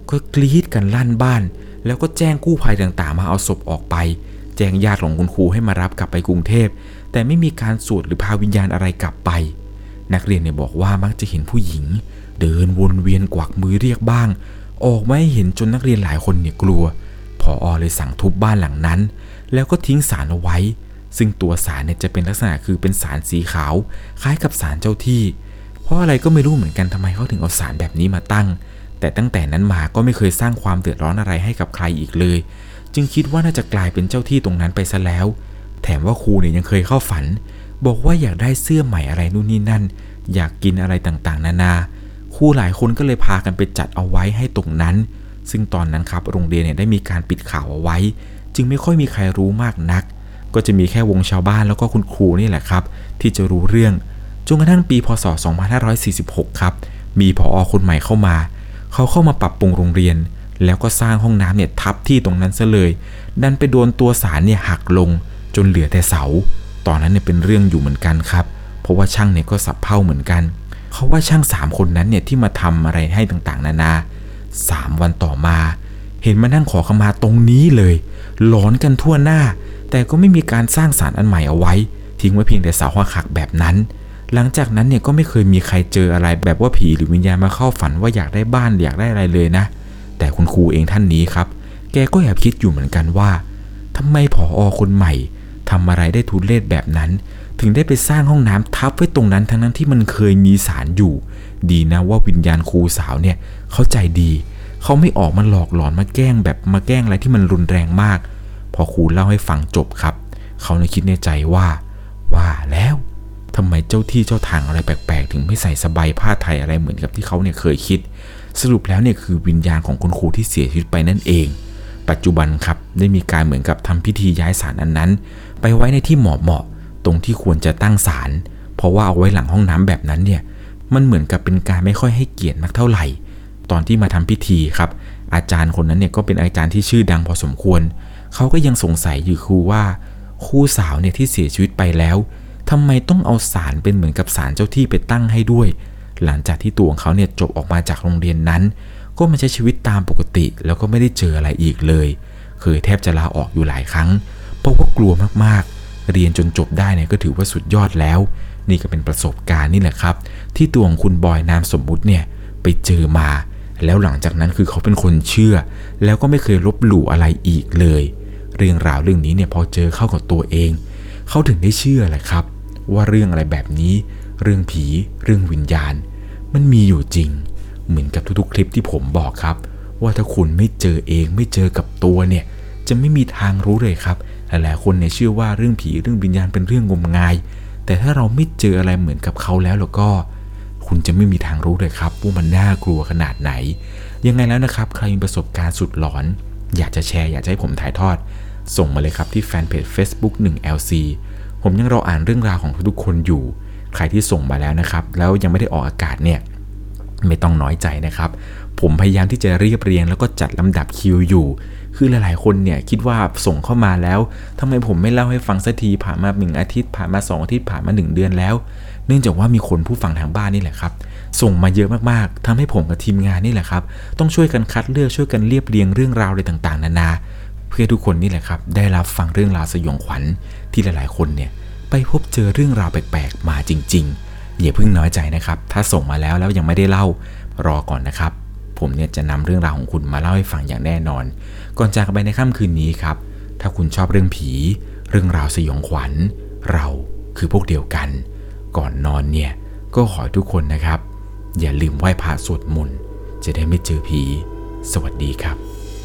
ก็กรี๊ดกันลั่นบ้านแล้วก็แจ้งกู้ภัยต่างๆมาเอาศพออกไปแจ้งญาติของคุณครูให้มารับกลับไปกรุงเทพแต่ไม่มีการสวดหรือพาวิญญาณอะไรกลับไปนักเรียนเนี่ยบอกว่ามักจะเห็นผู้หญิงเดินวนเวียนกวักมือเรียกบ้างออกไม่เห็นจนนักเรียนหลายคนเนี่ยกลัวผอ.เลยสั่งทุบบ้านหลังนั้นแล้วก็ทิ้งศาลเอาไว้ซึ่งตัวศาลเนี่ยจะเป็นลักษณะคือเป็นศาลสีขาวคล้ายกับศาลเจ้าที่เพราะอะไรก็ไม่รู้เหมือนกันทำไมเขาถึงเอาศาลแบบนี้มาตั้งแต่ตั้งแต่นั้นมาก็ไม่เคยสร้างความเดือดร้อนอะไรให้กับใครอีกเลยจึงคิดว่าน่าจะกลายเป็นเจ้าที่ตรงนั้นไปซะแล้วแถมว่าครูเนี่ยยังเคยเข้าฝันบอกว่าอยากได้เสื้อใหม่อะไรนู่นนี่นั่นอยากกินอะไรต่างๆนานาครูหลายคนก็เลยพากันไปจัดเอาไว้ให้ตรงนั้นซึ่งตอนนั้นครับโรงเรียนเนี่ยได้มีการปิดข่าวเอาไว้จึงไม่ค่อยมีใครรู้มากนักก็จะมีแค่วงชาวบ้านแล้วก็คุณครูนี่แหละครับที่จะรู้เรื่องจนกระทั่งปีพ.ศ. สองพันห้าร้อยสี่สิบหกครับมีผอ.คนใหม่เข้ามาเขาเข้ามาปรับปรุงโรงเรียนแล้วก็สร้างห้องน้ำเนี่ยทับที่ตรงนั้นซะเลยดันไปโดนตัวศาลเนี่ยหักลงจนเหลือแต่เสาตอนนั้นเนี่ยเป็นเรื่องอยู่เหมือนกันครับเพราะว่าช่างเนี่ยก็สับเพ่าเหมือนกันเขาว่าช่างสามคนนั้นเนี่ยที่มาทำอะไรให้ต่างๆนานาสามวันต่อมาเห็นมานั่งขอขมาตรงนี้เลยหลอนกันทั่วหน้าแต่ก็ไม่มีการสร้างศาลอันใหม่เอาไว้ทิ้งไว้เพียงแต่เสาหักแบบนั้นหลังจากนั้นเนี่ยก็ไม่เคยมีใครเจออะไรแบบว่าผีหรือวิญญาณมาเข้าฝันว่าอยากได้บ้านอยากได้อะไรเลยนะแต่คุณครูเองท่านนี้ครับแกก็แอบคิดอยู่เหมือนกันว่าทำไมผอ.คนใหม่ทำอะไรได้ทุเรศแบบนั้นถึงได้ไปสร้างห้องน้ำทับไว้ตรงนั้นทั้งนั้นที่มันเคยมีศาลอยู่ดีนะว่าวิญญาณครูสาวเนี่ยเข้าใจดีเขาไม่ออกมาหลอกหลอนมาแกล้งแบบมาแกล้งอะไรที่มันรุนแรงมากพอครูเล่าให้ฟังจบครับเขาเลยคิดในใจว่าว่าแล้วทำไมเจ้าที่เจ้าทางอะไรแปลกๆถึงไม่ใส่สบายผ้าไทยอะไรเหมือนกับที่เขาเนี่ยเคยคิดสรุปแล้วเนี่ยคือวิญญาณของคุณครูที่เสียชีวิตไปนั่นเองปัจจุบันครับได้มีการเหมือนกับทำพิธีย้ายศาลอันนั้นไปไว้ในที่เหมาะๆตรงที่ควรจะตั้งศาลเพราะว่าเอาไว้หลังห้องน้ำแบบนั้นเนี่ยมันเหมือนกับเป็นการไม่ค่อยให้เกียรตินักเท่าไหร่ตอนที่มาทำพิธีครับอาจารย์คนนั้นเนี่ยก็เป็นอาจารย์ที่ชื่อดังพอสมควรเขาก็ยังสงสัยอยู่ครูว่าครูสาวเนี่ยที่เสียชีวิตไปแล้วทำไมต้องเอาศาลเป็นเหมือนกับศาลเจ้าที่ไปตั้งให้ด้วยหลังจากที่ตัวของเขาเนี่ยจบออกมาจากโรงเรียนนั้นก็มาใช้ชีวิตตามปกติแล้วก็ไม่ได้เจออะไรอีกเลยเคยแทบจะลาออกอยู่หลายครั้งเพราะว่ากลัวมากๆเรียนจนจบได้เนี่ยก็ถือว่าสุดยอดแล้วนี่ก็เป็นประสบการณ์นี่แหละครับที่ตัวของคุณบอยนามสมมุติเนี่ยไปเจอมาแล้วหลังจากนั้นคือเขาเป็นคนเชื่อแล้วก็ไม่เคยลบหลู่อะไรอีกเลยเรื่องราวเรื่องนี้เนี่ยพอเจอเข้ากับตัวเองเขาถึงได้เชื่อแหละครับว่าเรื่องอะไรแบบนี้เรื่องผีเรื่องวิญญาณมันมีอยู่จริงเหมือนกับทุกๆคลิปที่ผมบอกครับว่าถ้าคุณไม่เจอเองไม่เจอกับตัวเนี่ยจะไม่มีทางรู้เลยครับหลายๆคนเนี่ยเชื่อว่าเรื่องผีเรื่องวิญญาณเป็นเรื่องงมงายแต่ถ้าเราไม่เจออะไรเหมือนกับเขาแล้วแล้วก็คุณจะไม่มีทางรู้เลยครับว่ามันน่ากลัวขนาดไหนยังไงแล้วนะครับใครมีประสบการณ์สุดหลอนอยากจะแชร์อยากจะให้ผมถ่ายทอดส่งมาเลยครับที่แฟนเพจ Facebook หนึ่ง แอล ซี ผมยังรออ่านเรื่องราวของทุกๆคนอยู่ใครที่ส่งมาแล้วนะครับแล้วยังไม่ได้ออกอากาศเนี่ยไม่ต้องน้อยใจนะครับผมพยายามที่จะเรียบเรียงแล้วก็จัดลำดับคิวอยู่คือหลายๆคนเนี่ยคิดว่าส่งเข้ามาแล้วทำไมผมไม่เล่าให้ฟังสักทีผ่านมาหนึ่งอาทิตย์ผ่านมาสองอาทิตย์ผ่านมาหนึ่งเดือนแล้วเนื่องจากว่ามีคนผู้ฟังทางบ้านนี่แหละครับส่งมาเยอะมากๆทำให้ผมกับทีมงานนี่แหละครับต้องช่วยกันคัดเลือกช่วยกันเรียบเรียงเรื่องราวอะไรต่างๆนานาเพื่อทุกคนนี่แหละครับได้รับฟังเรื่องราวสยองขวัญที่หลายๆคนเนี่ยไปพบเจอเรื่องราวแปลกๆมาจริงๆอย่าเพิ่งน้อยใจนะครับถ้าส่งมาแล้วแล้วยังไม่ได้เล่ารอก่อนนะครับผมเนี่ยจะนำเรื่องราวของคุณมาเล่าให้ฟังอย่างแน่นอนก่อนจากกันไปในค่ำคืนนี้ครับถ้าคุณชอบเรื่องผีเรื่องราวสยองขวัญเราคือพวกเดียวกันก่อนนอนเนี่ยก็ขอให้ทุกคนนะครับอย่าลืมไหว้พระสวดมนต์จะได้ไม่เจอผีสวัสดีครับ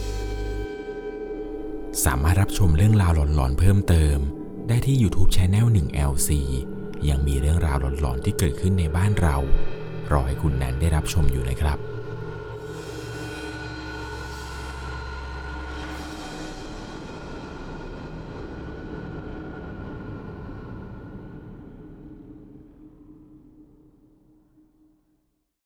สามารถรับชมเรื่องราวหลอนๆเพิ่มเติมได้ที่ YouTube Channel หนึ่ง แอล ซี ยังมีเรื่องราวหลอนๆที่เกิดขึ้นในบ้านเรารอให้คุณนั้นได้รับชมอยู่นะครับ